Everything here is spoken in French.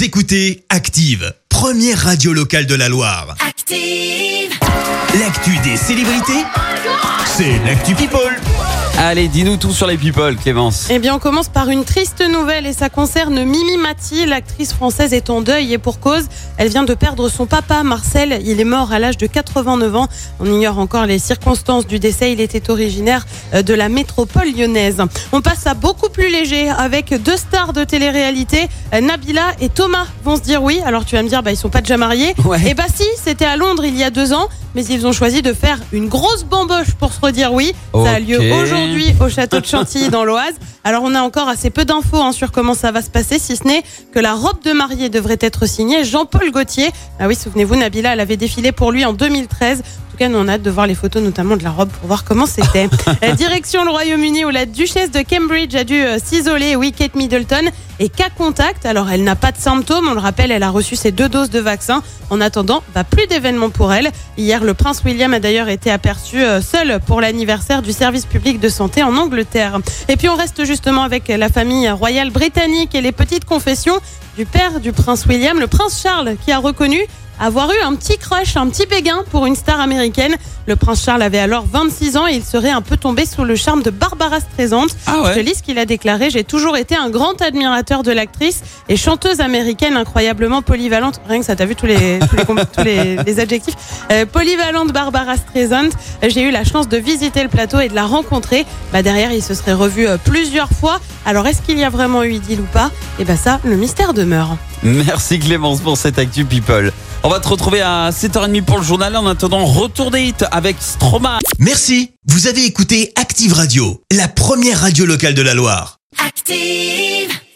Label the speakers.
Speaker 1: Vous écoutez Active, première radio locale de la Loire.
Speaker 2: Active.
Speaker 1: L'actu des célébrités, c'est l'actu People.
Speaker 3: Allez, dis-nous tout sur les people, Clémence.
Speaker 4: Eh bien, on commence par une triste nouvelle et ça concerne Mimi Mati. L'actrice française est en deuil et pour cause. Elle vient de perdre son papa, Marcel. Il est mort à l'âge de 89 ans. On ignore encore les circonstances du décès. Il était originaire de la métropole lyonnaise. On passe à beaucoup plus léger avec deux stars de télé-réalité. Nabila et Thomas vont se dire oui. Alors tu vas me dire, ils sont pas déjà mariés.
Speaker 3: Ouais.
Speaker 4: Eh si, c'était à Londres il y a 2 ans. Mais ils ont choisi de faire une grosse bamboche pour se redire oui. Ça a lieu aujourd'hui au château de Chantilly dans l'Oise. Alors on a encore assez peu d'infos sur comment ça va se passer, si ce n'est que la robe de mariée devrait être signée Jean-Paul Gaultier. Ah oui, souvenez-vous, Nabila, elle avait défilé pour lui en 2013. En tout cas, nous on a hâte de voir les photos, notamment de la robe, pour voir comment c'était. Direction le Royaume-Uni où la duchesse de Cambridge a dû s'isoler. Oui, Kate Middleton est cas contact. Alors elle n'a pas de symptômes, on le rappelle, elle a reçu ses 2 doses de vaccin. En attendant, plus d'événements pour elle. Hier, le prince William a d'ailleurs été aperçu seul pour l'anniversaire du service public de santé en Angleterre. Et puis on reste justement avec la famille royale britannique et les petites confessions du père du prince William, le prince Charles, qui a reconnu avoir eu un petit crush, un petit béguin pour une star américaine. Le prince Charles avait alors 26 ans et il serait un peu tombé sous le charme de Barbara Streisand.
Speaker 3: Ah ouais.
Speaker 4: Je te lis ce qu'il a déclaré. J'ai toujours été un grand admirateur de l'actrice et chanteuse américaine incroyablement polyvalente. Rien que ça, t'as vu tous les adjectifs. Polyvalente Barbara Streisand. J'ai eu la chance de visiter le plateau et de la rencontrer. Derrière, ils se seraient revus plusieurs fois. Alors, est-ce qu'il y a vraiment eu idylle ou pas ? Ça, le mystère demeure.
Speaker 3: Merci Clémence pour cette actu people. On va te retrouver à 7h30 pour le journal. En attendant, retour des hits avec Stromae.
Speaker 1: Merci, vous avez écouté Active Radio, la première radio locale de la Loire.
Speaker 2: Active.